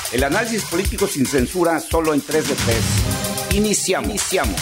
El análisis político sin censura, solo en 3 de 3. Iniciamos.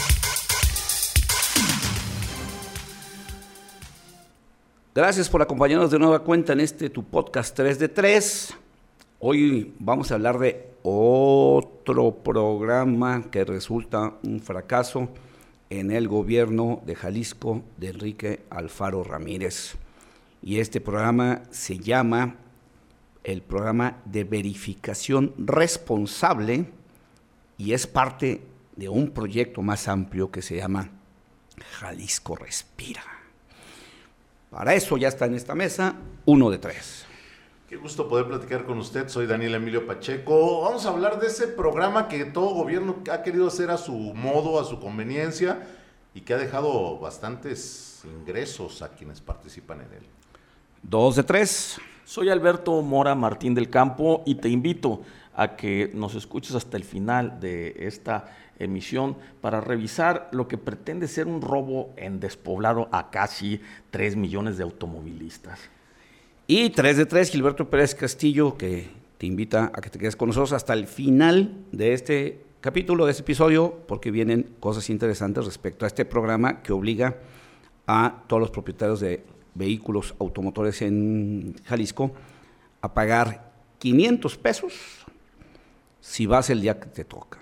Gracias por acompañarnos de nueva cuenta en tu podcast 3 de 3. Hoy vamos a hablar de otro programa que resulta un fracaso en el gobierno de Jalisco de Enrique Alfaro Ramírez. Y este programa se llama el programa de verificación responsable y es parte de un proyecto más amplio que se llama Jalisco Respira. Para eso ya está en esta mesa 1 de 3. Qué gusto poder platicar con usted, soy Daniel Emilio Pacheco. Vamos a hablar de ese programa que todo gobierno ha querido hacer a su modo, a su conveniencia y que ha dejado bastantes ingresos a quienes participan en él. 2 de 3. Soy Alberto Mora Martín del Campo y te invito a que nos escuches hasta el final de esta emisión para revisar lo que pretende ser un robo en despoblado a casi 3 millones de automovilistas. Y 3 de 3, Gilberto Pérez Castillo, que te invita a que te quedes con nosotros hasta el final de este capítulo, de este episodio, porque vienen cosas interesantes respecto a este programa que obliga a todos los propietarios de vehículos automotores en Jalisco a pagar 500 pesos si vas el día que te toca,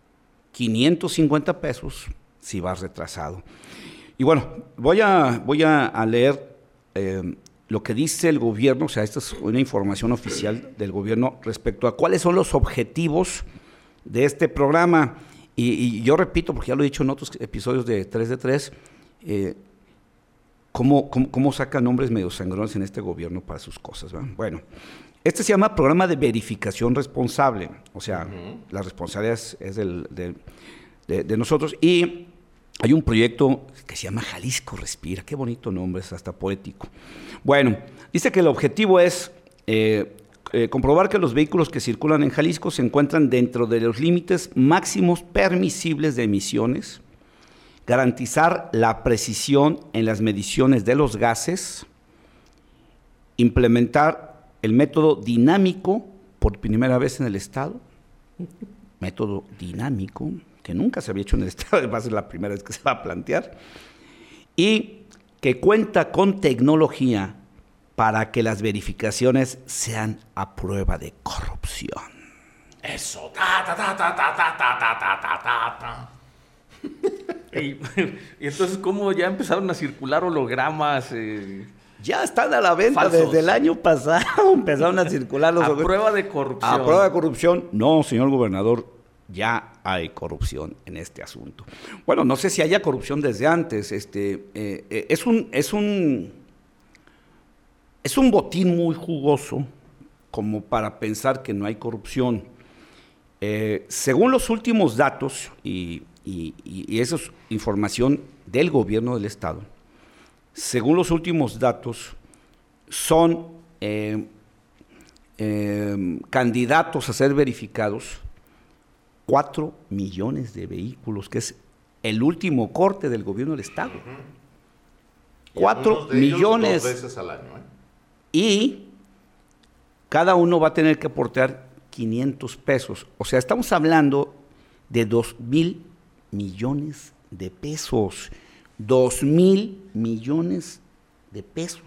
550 pesos si vas retrasado. Y bueno, voy a leer lo que dice el gobierno, o sea, esta es una información oficial del gobierno respecto a cuáles son los objetivos de este programa. Y yo repito, porque ya lo he dicho en otros episodios de 3 de 3, ¿Cómo sacan nombres medio sangrones en este gobierno para sus cosas? ¿verdad? Bueno, este se llama Programa de Verificación Responsable, o sea, la responsabilidad es de nosotros, y hay un proyecto que se llama Jalisco Respira, qué bonito nombre, es hasta poético. Bueno, dice que el objetivo es comprobar que los vehículos que circulan en Jalisco se encuentran dentro de los límites máximos permisibles de emisiones, garantizar la precisión en las mediciones de los gases, implementar el método dinámico por primera vez en el Estado, método dinámico que nunca se había hecho en el Estado, va a ser la primera vez que se va a plantear, y que cuenta con tecnología para que las verificaciones sean a prueba de corrupción. Eso, Y entonces, ¿cómo ya empezaron a circular hologramas? Ya están a la venta falsos. Desde el año pasado, empezaron a circular los a prueba de corrupción. A prueba de corrupción. No, señor gobernador, ya hay corrupción en este asunto. Bueno, no sé si haya corrupción desde antes. Es un botín muy jugoso como para pensar que no hay corrupción. Según los últimos datos, y eso es información del gobierno del Estado, según los últimos datos, son candidatos a ser verificados 4 millones de vehículos, que es el último corte del gobierno del Estado. 4 millones. 2 veces al año. Y cada uno va a tener que aportar 500 pesos. O sea, estamos hablando de 2,000 millones de pesos. 2,000 millones de pesos.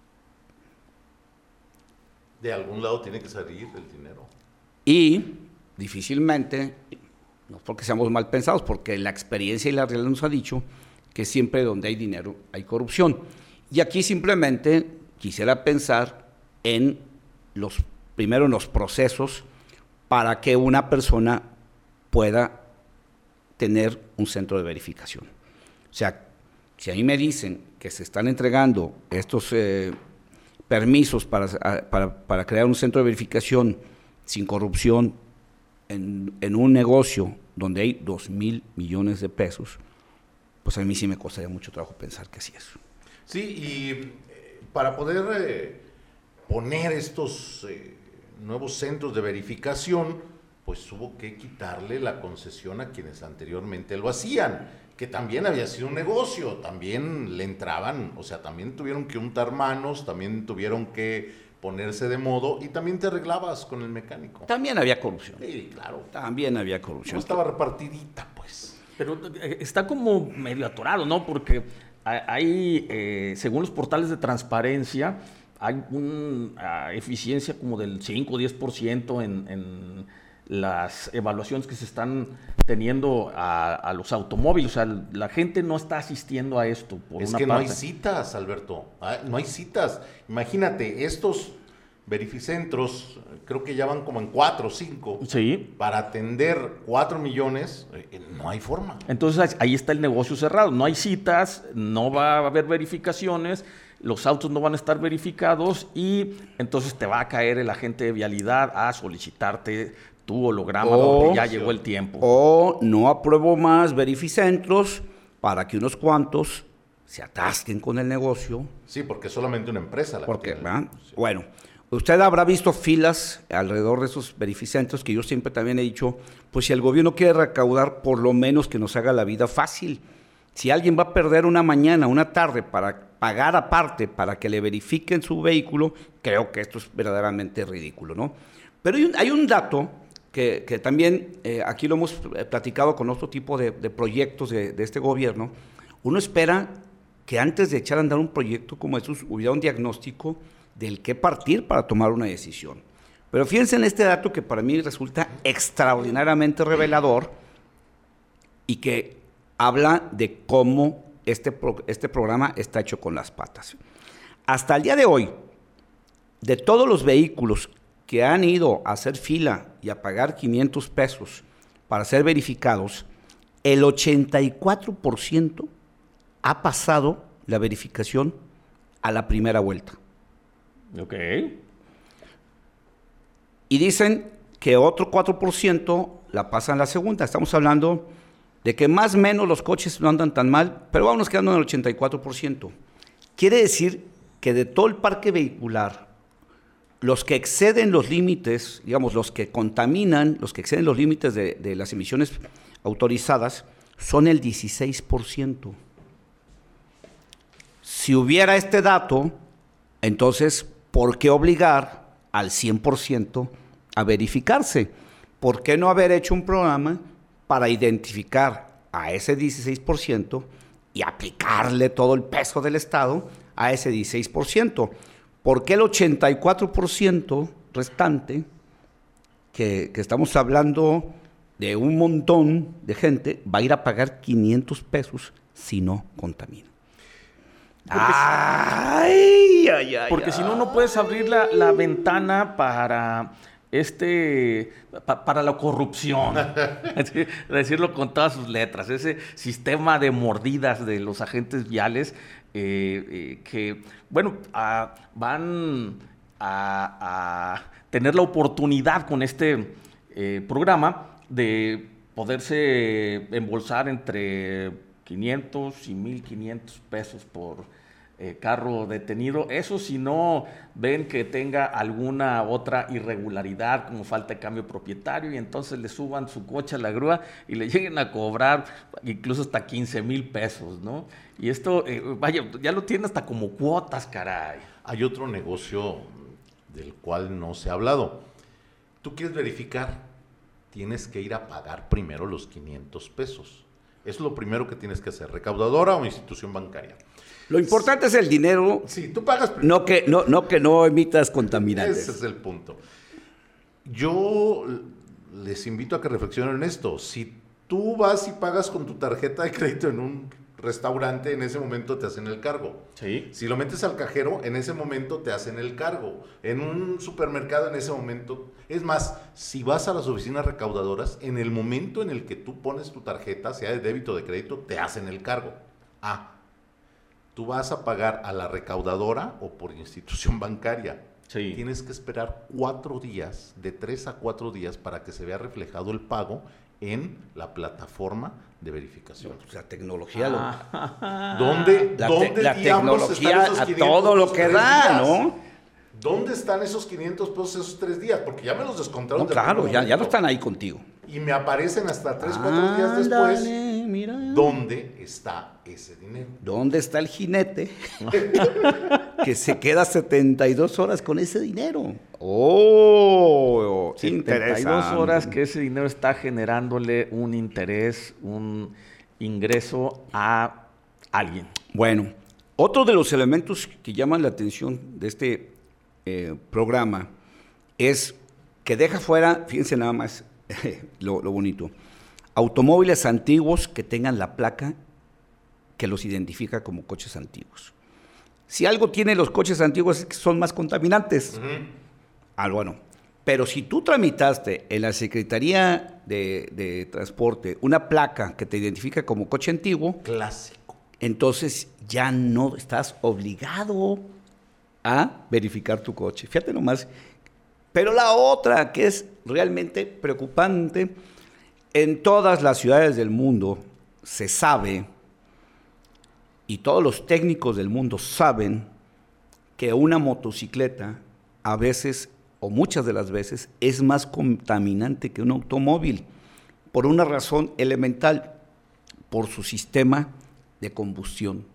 De algún lado tiene que salir el dinero. Y difícilmente, no porque seamos mal pensados, porque la experiencia y la realidad nos ha dicho que siempre donde hay dinero hay corrupción. Y aquí simplemente quisiera pensar primero en los procesos para que una persona pueda tener un centro de verificación. O sea, si a mí me dicen que se están entregando estos permisos para crear un centro de verificación sin corrupción en un negocio donde hay 2,000 millones de pesos, pues a mí sí me costaría mucho trabajo pensar que así es. Sí, y para poder poner estos nuevos centros de verificación, pues hubo que quitarle la concesión a quienes anteriormente lo hacían, que también había sido un negocio, también le entraban, o sea, también tuvieron que untar manos, también tuvieron que ponerse de modo y también te arreglabas con el mecánico. También había corrupción. Sí, claro. También había corrupción. No estaba repartidita, pues. Pero está como medio atorado, ¿no? Porque hay, según los portales de transparencia, hay una eficiencia como del 5 o 10% en las evaluaciones que se están teniendo a los automóviles. O sea, la gente no está asistiendo a esto, por Es una que parte. no hay citas, Alberto. No hay citas. Imagínate, estos verificentros, creo que ya van como en 4 o 5. Sí. Para atender 4 millones, no hay forma. Entonces ahí está el negocio cerrado. No hay citas, no va a haber verificaciones, los autos no van a estar verificados y entonces te va a caer el agente de vialidad a solicitarte tu holograma donde ya llegó el tiempo. O no apruebo más verificentros para que unos cuantos se atasquen con el negocio. Sí, porque es solamente una empresa la Porque, que ¿verdad? Sí. Bueno, usted habrá visto filas alrededor de esos verificentros que yo siempre también he dicho, pues si el gobierno quiere recaudar, por lo menos que nos haga la vida fácil. Si alguien va a perder una mañana, una tarde para pagar aparte para que le verifiquen su vehículo, creo que esto es verdaderamente ridículo, ¿no? Pero hay un dato que también aquí lo hemos platicado con otro tipo de proyectos de este gobierno. Uno espera que antes de echar a andar un proyecto como estos hubiera un diagnóstico del que partir para tomar una decisión. Pero fíjense en este dato que para mí resulta extraordinariamente revelador y que habla de cómo este programa está hecho con las patas. Hasta el día de hoy, de todos los vehículos que han ido a hacer fila y a pagar 500 pesos para ser verificados, el 84% ha pasado la verificación a la primera vuelta. Ok. Y dicen que otro 4% la pasan la segunda. Estamos hablando de que más o menos los coches no andan tan mal, pero vamos quedando en el 84%. Quiere decir que de todo el parque vehicular, los que exceden los límites, digamos, los que contaminan, los que exceden los límites de las emisiones autorizadas, son el 16%. Si hubiera este dato, entonces, ¿por qué obligar al 100% a verificarse? ¿Por qué no haber hecho un programa para identificar a ese 16% y aplicarle todo el peso del Estado a ese 16%? ¿Por qué el 84% restante, que estamos hablando de un montón de gente, va a ir a pagar 500 pesos si no contamina? Porque si no, no puedes abrir la ventana para para la corrupción, decirlo con todas sus letras, ese sistema de mordidas de los agentes viales que, bueno, van a tener la oportunidad con este programa de poderse embolsar entre 500 y 1,500 pesos por carro detenido. Eso si no ven que tenga alguna otra irregularidad, como falta de cambio propietario, y entonces le suban su coche a la grúa y le lleguen a cobrar incluso hasta 15,000 pesos, ¿no? Y esto, vaya, ya lo tiene hasta como cuotas, caray. Hay otro negocio del cual no se ha hablado. Tú quieres verificar, tienes que ir a pagar primero los 500 pesos. Es lo primero que tienes que hacer, recaudadora o institución bancaria. Lo importante es el dinero. Sí, tú pagas primero. No que no emitas contaminantes. Ese es el punto. Yo les invito a que reflexionen en esto. Si tú vas y pagas con tu tarjeta de crédito en un restaurante, en ese momento te hacen el cargo. Sí. Si lo metes al cajero, en ese momento te hacen el cargo. En un supermercado, en ese momento. Es más, si vas a las oficinas recaudadoras, en el momento en el que tú pones tu tarjeta, sea de débito o de crédito, te hacen el cargo. Tú vas a pagar a la recaudadora o por institución bancaria. Sí. Tienes que esperar 4 días, de 3 a 4 días, para que se vea reflejado el pago en la plataforma de verificación. La tecnología, ¿Dónde la diablos tecnología están esos a 500 todo lo pesos que 3 da, días? ¿no? ¿Dónde están esos 500 pesos esos 3 días? Porque ya me los descontaron. No, del claro, primer ya momento. no están ahí contigo. Y me aparecen hasta 3, 4 días después. Mira. ¿Dónde está ese dinero? ¿Dónde está el jinete? que se queda 72 horas con ese dinero. ¡Oh! 72 Interesante. horas que ese dinero está generándole un interés, un ingreso a alguien. Bueno, otro de los elementos que llaman la atención de este programa es que deja fuera, fíjense nada más lo bonito, automóviles antiguos que tengan la placa que los identifica como coches antiguos. Si algo tienen los coches antiguos es que son más contaminantes. Bueno, pero si tú tramitaste en la Secretaría de Transporte una placa que te identifica como coche antiguo, Clásico. entonces ya no estás obligado a verificar tu coche. Fíjate nomás. Pero la otra que es realmente preocupante, en todas las ciudades del mundo se sabe, y todos los técnicos del mundo saben, que una motocicleta a veces, o muchas de las veces, es más contaminante que un automóvil, por una razón elemental, por su sistema de combustión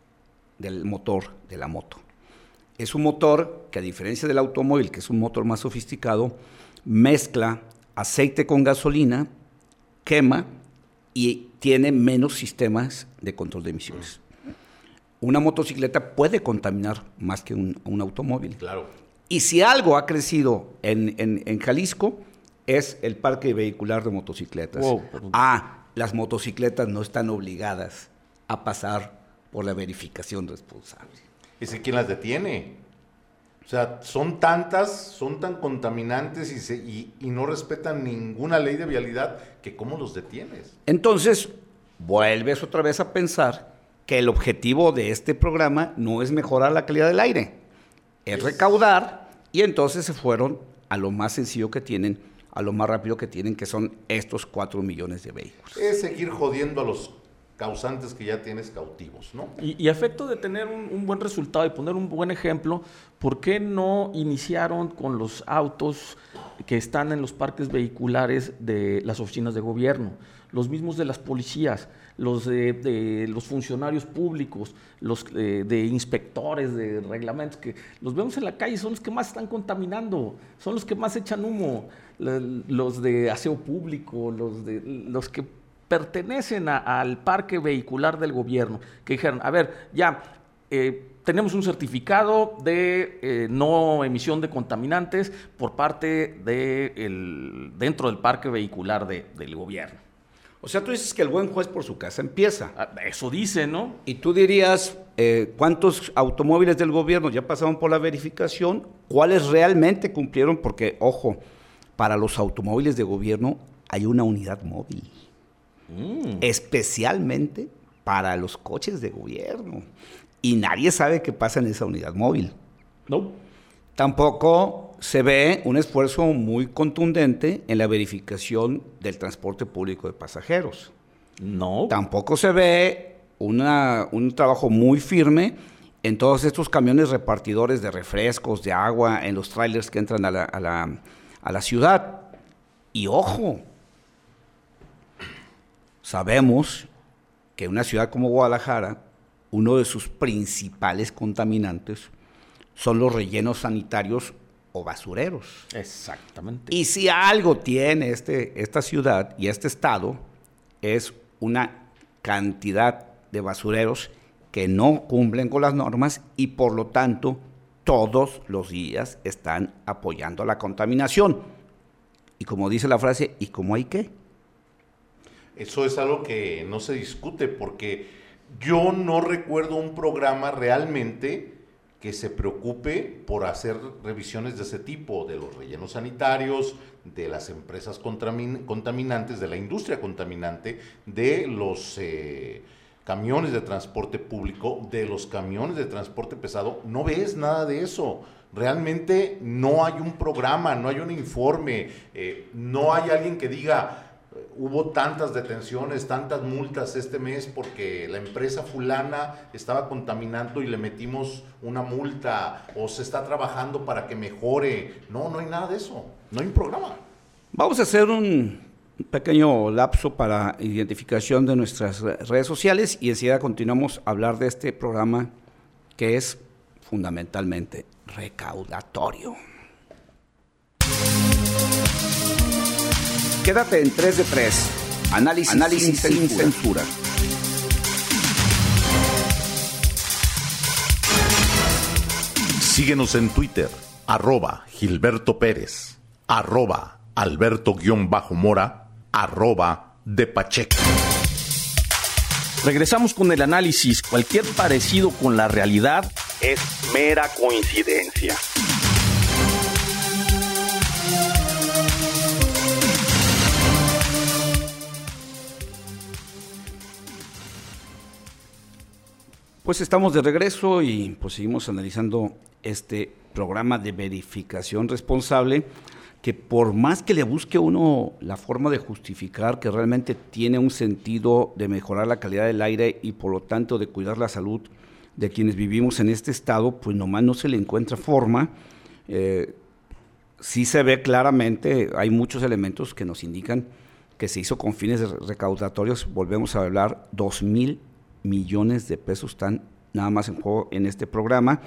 del motor de la moto. Es un motor que, a diferencia del automóvil, que es un motor más sofisticado, mezcla aceite con gasolina, quema y tiene menos sistemas de control de emisiones. Una motocicleta puede contaminar más que un automóvil. Claro. Y si algo ha crecido en Jalisco, es el parque vehicular de motocicletas. Wow. Las motocicletas no están obligadas a pasar por la verificación responsable. ¿Es que quién las detiene? O sea, son tantas, son tan contaminantes y no respetan ninguna ley de vialidad que ¿cómo los detienes? Entonces, vuelves otra vez a pensar que el objetivo de este programa no es mejorar la calidad del aire, es recaudar, y entonces se fueron a lo más sencillo que tienen, a lo más rápido que tienen, que son estos 4 millones de vehículos. Es seguir jodiendo a los causantes que ya tienes cautivos, ¿no? Y a efecto de tener un buen resultado y poner un buen ejemplo, ¿por qué no iniciaron con los autos que están en los parques vehiculares de las oficinas de gobierno? Los mismos de las policías, los de los funcionarios públicos, los de inspectores de reglamentos, que los vemos en la calle, son los que más están contaminando, son los que más echan humo, los de aseo público, los que pertenecen al parque vehicular del gobierno, que dijeron, a ver, ya tenemos un certificado de no emisión de contaminantes por parte dentro del parque vehicular del gobierno. O sea, tú dices que el buen juez por su casa empieza. Eso dice, ¿no? Y tú dirías, ¿cuántos automóviles del gobierno ya pasaron por la verificación? ¿Cuáles realmente cumplieron? Porque, ojo, para los automóviles de gobierno hay una unidad móvil. Especialmente para los coches de gobierno. Y nadie sabe qué pasa en esa unidad móvil. No. Tampoco se ve un esfuerzo muy contundente en la verificación del transporte público de pasajeros. No. Tampoco se ve un trabajo muy firme en todos estos camiones repartidores de refrescos, de agua, en los trailers que entran a la ciudad. Y ojo, sabemos que una ciudad como Guadalajara, uno de sus principales contaminantes son los rellenos sanitarios o basureros. Exactamente. Y si algo tiene esta ciudad y este estado, es una cantidad de basureros que no cumplen con las normas y por lo tanto todos los días están apoyando la contaminación. Y como dice la frase, ¿y cómo hay qué? Eso es algo que no se discute porque yo no recuerdo un programa realmente que se preocupe por hacer revisiones de ese tipo, de los rellenos sanitarios, de las empresas contaminantes, de la industria contaminante, de los camiones de transporte público, de los camiones de transporte pesado. No ves nada de eso. Realmente no hay un programa, no hay un informe, no hay alguien que diga, hubo tantas detenciones, tantas multas este mes porque la empresa fulana estaba contaminando y le metimos una multa, o se está trabajando para que mejore. No hay nada de eso, no hay un programa. Vamos a hacer un pequeño lapso para identificación de nuestras redes sociales y enseguida continuamos a hablar de este programa que es fundamentalmente recaudatorio. Quédate en 3 de 3. Análisis sin censura. Síguenos en Twitter, @Gilberto Pérez, @Alberto_Mora, @De Pacheco. Regresamos con el análisis. Cualquier parecido con la realidad es mera coincidencia. Pues estamos de regreso y pues seguimos analizando este programa de verificación responsable, que por más que le busque uno la forma de justificar que realmente tiene un sentido de mejorar la calidad del aire y por lo tanto de cuidar la salud de quienes vivimos en este estado, pues nomás no se le encuentra forma. Sí se ve claramente, hay muchos elementos que nos indican que se hizo con fines recaudatorios. Volvemos a hablar, 2,000 millones de pesos están nada más en juego en este programa.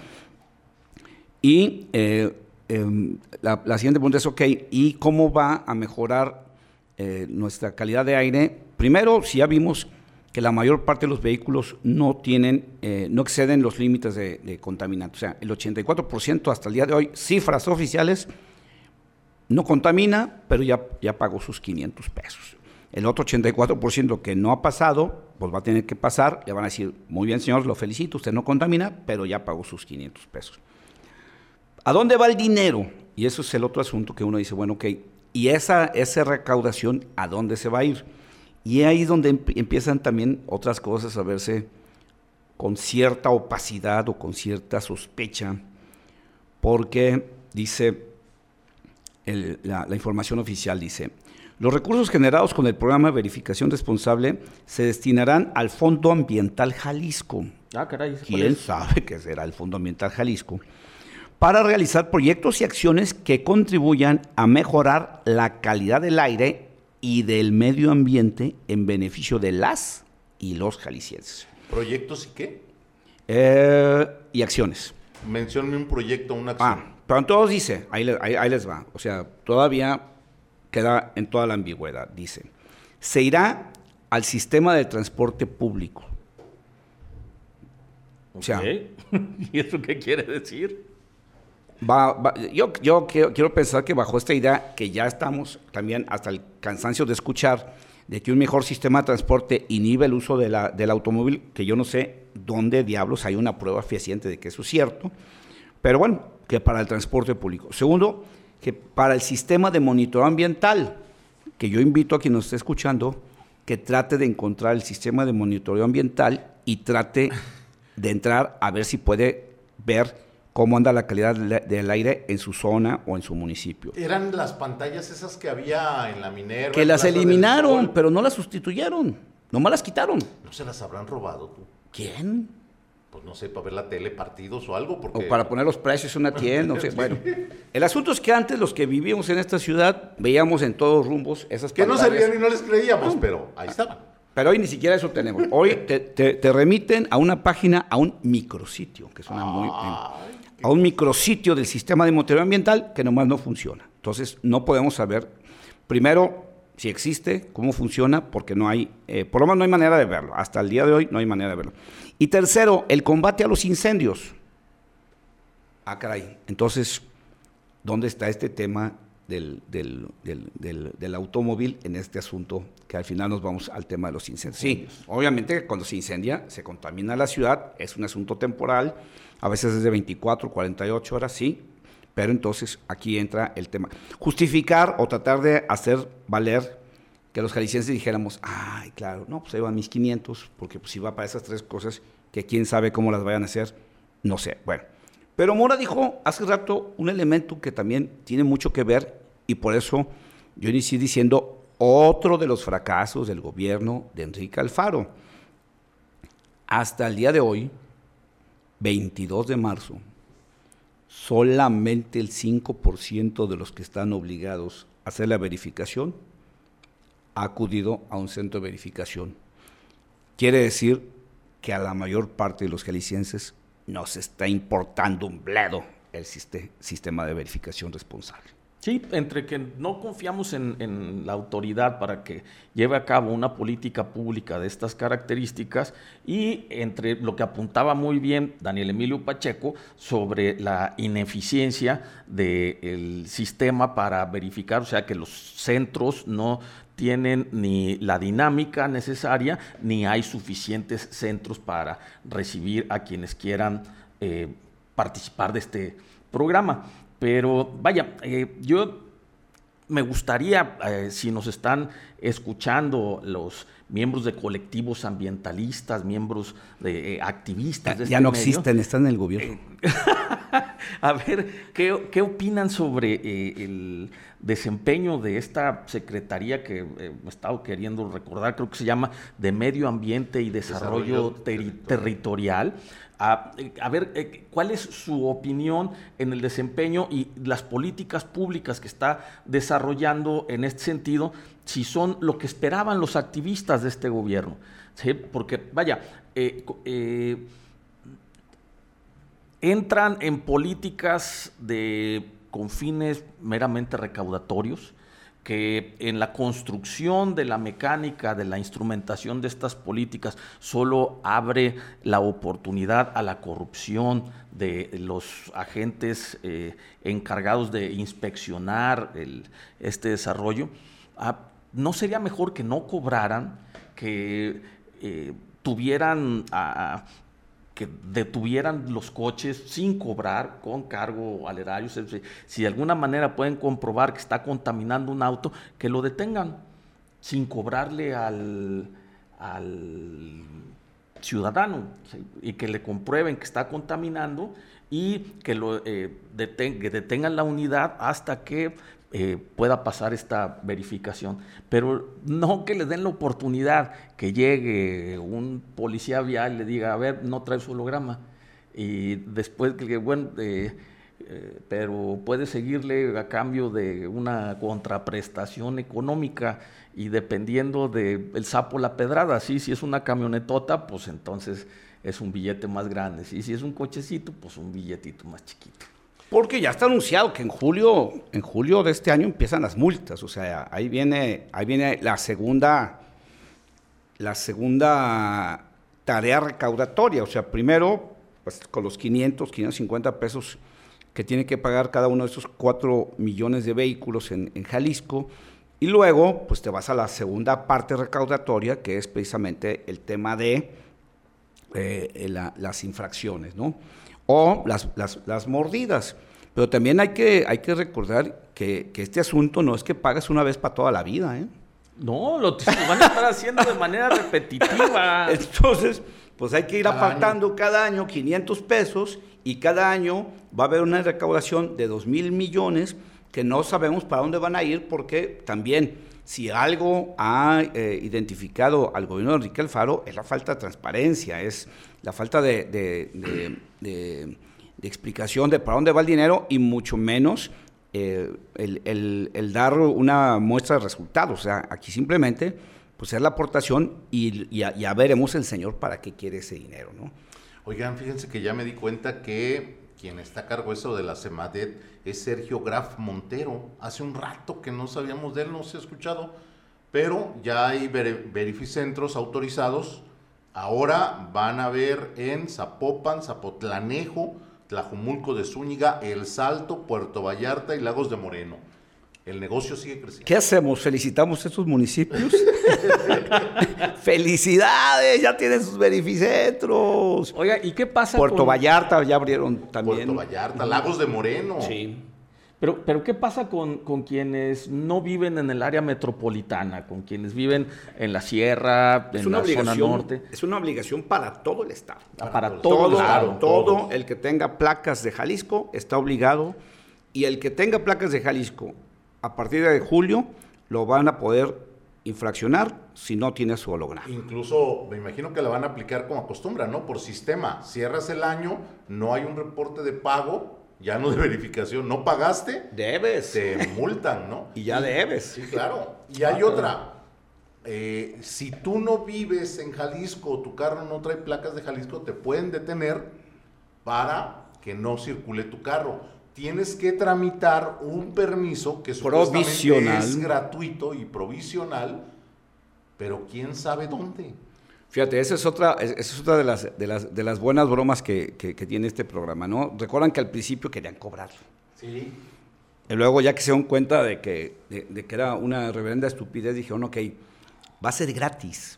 Y la siguiente pregunta es, ok, ¿y cómo va a mejorar nuestra calidad de aire? Primero, si ya vimos que la mayor parte de los vehículos no exceden los límites de contaminantes. O sea, el 84% hasta el día de hoy, cifras oficiales, no contamina, pero ya pagó sus 500 pesos. El otro 84% que no ha pasado, pues va a tener que pasar. Le van a decir, muy bien, señor, lo felicito, usted no contamina, pero ya pagó sus 500 pesos. ¿A dónde va el dinero? Y eso es el otro asunto que uno dice, bueno, ok, ¿y esa recaudación a dónde se va a ir? Y ahí es donde empiezan también otras cosas a verse con cierta opacidad o con cierta sospecha, porque dice, la información oficial dice, los recursos generados con el programa de verificación responsable se destinarán al Fondo Ambiental Jalisco. Ah, caray. ¿Quién sabe qué será el Fondo Ambiental Jalisco? Para realizar proyectos y acciones que contribuyan a mejorar la calidad del aire y del medio ambiente en beneficio de las y los jaliscienses. ¿Proyectos y qué? Y acciones. Menciónme un proyecto, una acción. Pero en todos dice, ahí les va, o sea, todavía queda en toda la ambigüedad. Dice, se irá al sistema de transporte público. O sea, ¿y eso qué quiere decir? Yo quiero pensar que bajo esta idea que ya estamos también hasta el cansancio de escuchar de que un mejor sistema de transporte inhibe el uso del automóvil, que yo no sé dónde diablos hay una prueba fehaciente de que eso es cierto, pero bueno, que para el transporte público. Segundo, que para el sistema de monitoreo ambiental, que yo invito a quien nos esté escuchando que trate de encontrar el sistema de monitoreo ambiental y trate de entrar a ver si puede ver cómo anda la calidad del aire en su zona o en su municipio. Eran las pantallas esas que había en la Minerva. Que las eliminaron, pero no las sustituyeron, nomás las quitaron. ¿No se las habrán robado tú? ¿Quién? Pues no sé, para ver la tele, partidos o algo. Porque... O para poner los precios en una tienda, no sé. Bueno, el asunto es que antes los que vivíamos en esta ciudad veíamos en todos rumbos esas que pantallas. No servían y no les creíamos, pero ahí estaban. Pero hoy ni siquiera eso tenemos. Hoy te remiten a una página, a un micrositio, que suena muy bien, a un micrositio del sistema de monitoreo ambiental que nomás no funciona. Entonces, no podemos saber, primero, si existe, cómo funciona, porque no hay, por lo menos no hay manera de verlo. Hasta el día de hoy no hay manera de verlo. Y tercero, el combate a los incendios. Ah, caray. Entonces, ¿dónde está este tema del automóvil en este asunto? Que al final nos vamos al tema de los incendios. Sí, obviamente cuando se incendia, se contamina la ciudad, es un asunto temporal, a veces es de 24, 48 horas, sí, pero entonces aquí entra el tema. Justificar o tratar de hacer valer que los jaliscienses dijéramos, ay, claro, no, pues ahí van mis 500, porque pues si va para esas tres cosas, que quién sabe cómo las vayan a hacer, no sé, bueno. Pero Mora dijo hace rato un elemento que también tiene mucho que ver, y por eso yo inicié diciendo otro de los fracasos del gobierno de Enrique Alfaro. Hasta el día de hoy, 22 de marzo, solamente el 5% de los que están obligados a hacer la verificación ha acudido a un centro de verificación. Quiere decir que a la mayor parte de los jaliscienses nos está importando un bledo el sistema de verificación responsable. Sí, entre que no confiamos en la autoridad para que lleve a cabo una política pública de estas características y entre lo que apuntaba muy bien Daniel Emilio Pacheco sobre la ineficiencia del sistema para verificar, o sea, que los centros no tienen ni la dinámica necesaria ni hay suficientes centros para recibir a quienes quieran participar de este programa. Pero vaya, yo me gustaría, si nos están escuchando los miembros de colectivos ambientalistas, miembros de activistas de ya no medio, existen, están en el gobierno. A ver, ¿qué opinan sobre el desempeño de esta secretaría que he estado queriendo recordar? Creo que se llama de Medio Ambiente y Desarrollo Territorial. A ver, ¿cuál es su opinión en el desempeño y las políticas públicas que está desarrollando en este sentido, si son lo que esperaban los activistas de este gobierno? ¿Sí? Porque, vaya, entran en políticas con fines meramente recaudatorios, que en la construcción de la mecánica, de la instrumentación de estas políticas, solo abre la oportunidad a la corrupción de los agentes encargados de inspeccionar este desarrollo. ¿No sería mejor que no cobraran, que tuvieran que detuvieran los coches sin cobrar, con cargo al erario? Si de alguna manera pueden comprobar que está contaminando un auto, que lo detengan sin cobrarle al ciudadano, ¿sí? Y que le comprueben que está contaminando y que que detengan la unidad hasta que pueda pasar esta verificación, pero no que le den la oportunidad que llegue un policía vial y le diga, a ver, no trae su holograma, y después que, bueno, pero puede seguirle a cambio de una contraprestación económica, y dependiendo del sapo la pedrada, ¿sí? Si es una camionetota, pues entonces es un billete más grande, ¿sí? Si es un cochecito, pues un billetito más chiquito. Porque ya está anunciado que en julio de este año empiezan las multas, o sea, ahí viene la segunda tarea recaudatoria, o sea, primero, pues con los 550 pesos que tiene que pagar cada uno de esos 4 millones de vehículos en Jalisco, y luego, pues te vas a la segunda parte recaudatoria, que es precisamente el tema de las infracciones, ¿no? O las mordidas. Pero también hay que recordar que este asunto no es que pagas una vez para toda la vida, ¿eh? No, lo van a estar haciendo de manera repetitiva. Entonces, pues hay que ir apartando cada año 500 pesos y cada año va a haber una recaudación de 2,000 millones que no sabemos para dónde van a ir, porque también, si algo ha identificado al gobierno de Enrique Alfaro, es la falta de transparencia, es la falta de explicación de para dónde va el dinero, y mucho menos el dar una muestra de resultados. O sea, aquí simplemente pues es la aportación y ya veremos el señor para qué quiere ese dinero, ¿no? Oigan, fíjense que ya me di cuenta que quien está a cargo de eso de la Semadet es Sergio Graf Montero. Hace un rato que no sabíamos de él, no se ha escuchado, pero ya hay verificentros autorizados. Ahora van a ver en Zapopan, Zapotlanejo, Tlajumulco de Zúñiga, El Salto, Puerto Vallarta y Lagos de Moreno. El negocio sigue creciendo. ¿Qué hacemos? ¿Felicitamos a estos municipios? ¡Felicidades! Ya tienen sus verificentros. Oiga, ¿y qué pasa Puerto Vallarta ya abrieron también. Puerto Vallarta, Lagos de Moreno. Sí. Pero ¿qué pasa con quienes no viven en el área metropolitana, con quienes viven en la sierra, en la zona norte? Es una obligación para todo el estado. Para todo, claro, todo el que tenga placas de Jalisco está obligado, y el que tenga placas de Jalisco a partir de julio lo van a poder infraccionar si no tiene su holograma. Incluso me imagino que la van a aplicar como acostumbran, ¿no? Por sistema. Cierras el año, no hay un reporte de pago, ya no de verificación, no pagaste, debes. Te multan, ¿no? Y ya debes. Sí, claro. Y hay otra. Si tú no vives en Jalisco, tu carro no trae placas de Jalisco, te pueden detener para que no circule tu carro. Tienes que tramitar un permiso que supuestamente es gratuito y provisional, pero quién sabe dónde. Fíjate, esa es otra de las buenas bromas que tiene este programa, ¿no? Recuerdan que al principio querían cobrarlo. Sí. Y luego, ya que se dieron cuenta de que era una reverenda estupidez, dijeron, ok, va a ser gratis.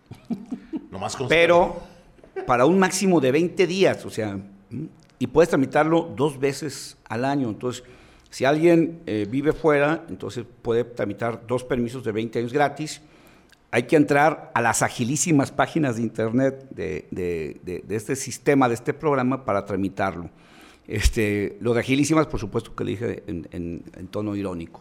Pero para un máximo de 20 días, o sea, y puedes tramitarlo 2 veces al año. Entonces, si alguien vive fuera, entonces puede tramitar 2 permisos de 20 años gratis. Hay que entrar a las agilísimas páginas de internet de este sistema, de este programa, para tramitarlo. Lo de agilísimas, por supuesto que lo dije en tono irónico.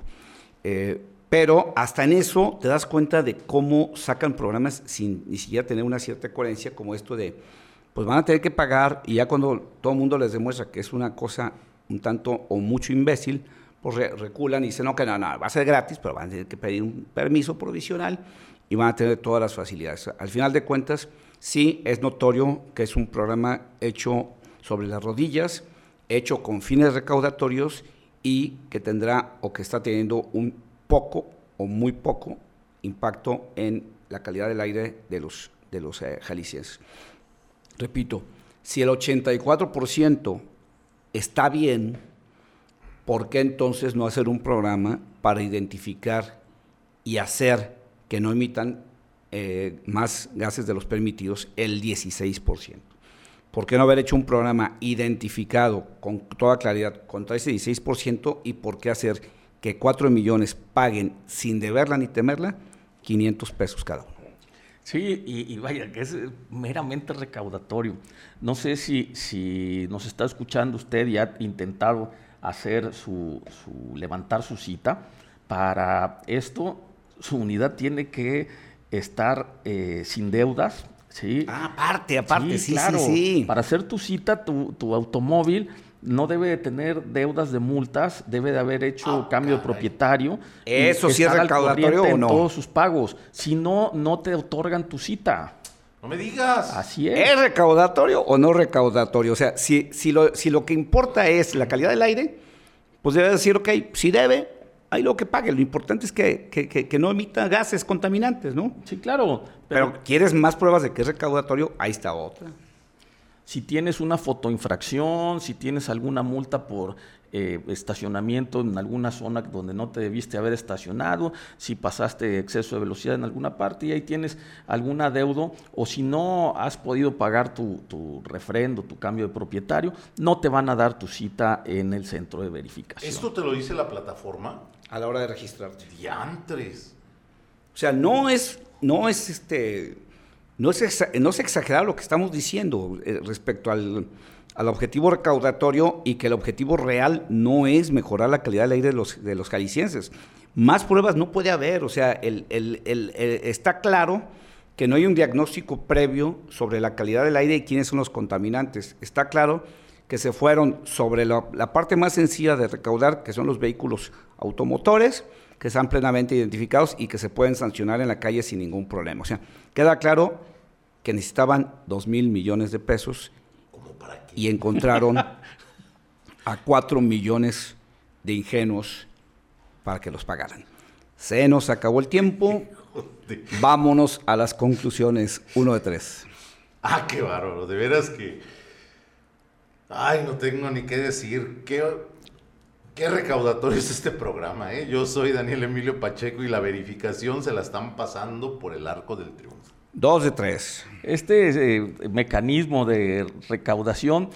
Pero hasta en eso te das cuenta de cómo sacan programas sin ni siquiera tener una cierta coherencia, como esto de, pues van a tener que pagar, y ya cuando todo el mundo les demuestra que es una cosa un tanto o mucho imbécil, pues reculan y dicen, no, va a ser gratis, pero van a tener que pedir un permiso provisional y van a tener todas las facilidades. Al final de cuentas, sí es notorio que es un programa hecho sobre las rodillas, hecho con fines recaudatorios y que tendrá o que está teniendo un poco o muy poco impacto en la calidad del aire de los jaliscienses. Repito, si el 84% está bien, ¿por qué entonces no hacer un programa para identificar y hacer que no emitan más gases de los permitidos el 16%? ¿Por qué no haber hecho un programa identificado con toda claridad contra ese 16% y por qué hacer que 4 millones paguen sin deberla ni temerla 500 pesos cada uno? Sí, y vaya, que es meramente recaudatorio. No sé si nos está escuchando usted y ha intentado hacer levantar su cita. Para esto, su unidad tiene que estar sin deudas. Sí. Aparte, sí, claro. Sí. Para hacer tu cita, tu automóvil no debe de tener deudas de multas, debe de haber hecho cambio de propietario. ¿Eso sí es recaudatorio o no? En todos sus pagos. Si no, no te otorgan tu cita. No me digas. Así es. ¿Es recaudatorio o no recaudatorio? O sea, si lo que importa es la calidad del aire, pues debe decir, ok, si debe, ahí lo que pague. Lo importante es que no emita gases contaminantes, ¿no? Sí, claro. Pero ¿quieres más pruebas de que es recaudatorio? Ahí está otra. Si tienes una fotoinfracción, si tienes alguna multa por estacionamiento en alguna zona donde no te debiste haber estacionado, si pasaste exceso de velocidad en alguna parte y ahí tienes algún adeudo, o si no has podido pagar tu refrendo, tu cambio de propietario, no te van a dar tu cita en el centro de verificación. ¿Esto te lo dice la plataforma? A la hora de registrarte. Diantres. O sea, no es exagerado lo que estamos diciendo respecto al objetivo recaudatorio, y que el objetivo real no es mejorar la calidad del aire de los jaliscienses. Más pruebas no puede haber. O sea, está claro que no hay un diagnóstico previo sobre la calidad del aire y quiénes son los contaminantes. Está claro que se fueron sobre la parte más sencilla de recaudar, que son los vehículos automotores, que están plenamente identificados y que se pueden sancionar en la calle sin ningún problema. O sea, queda claro que necesitaban 2,000 millones de pesos y encontraron a 4 millones de ingenuos para que los pagaran. Se nos acabó el tiempo. Vámonos a las conclusiones. 1 de 3. Ah, qué bárbaro. De veras que... Ay, no tengo ni qué decir. Qué recaudatorio es este programa, ¿eh? Yo soy Daniel Emilio Pacheco y la verificación se la están pasando por el arco del triunfo. 2 de 3. Este mecanismo de recaudación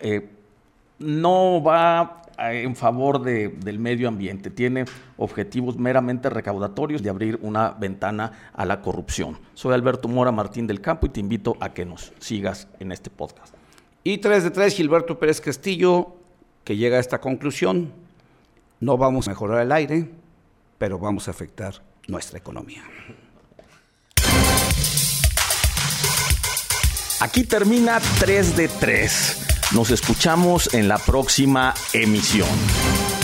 no va en favor del medio ambiente. Tiene objetivos meramente recaudatorios de abrir una ventana a la corrupción. Soy Alberto Mora Martín del Campo y te invito a que nos sigas en este podcast. Y 3 de 3, Gilberto Pérez Castillo, que llega a esta conclusión: no vamos a mejorar el aire, pero vamos a afectar nuestra economía. Aquí termina 3 de 3. Nos escuchamos en la próxima emisión.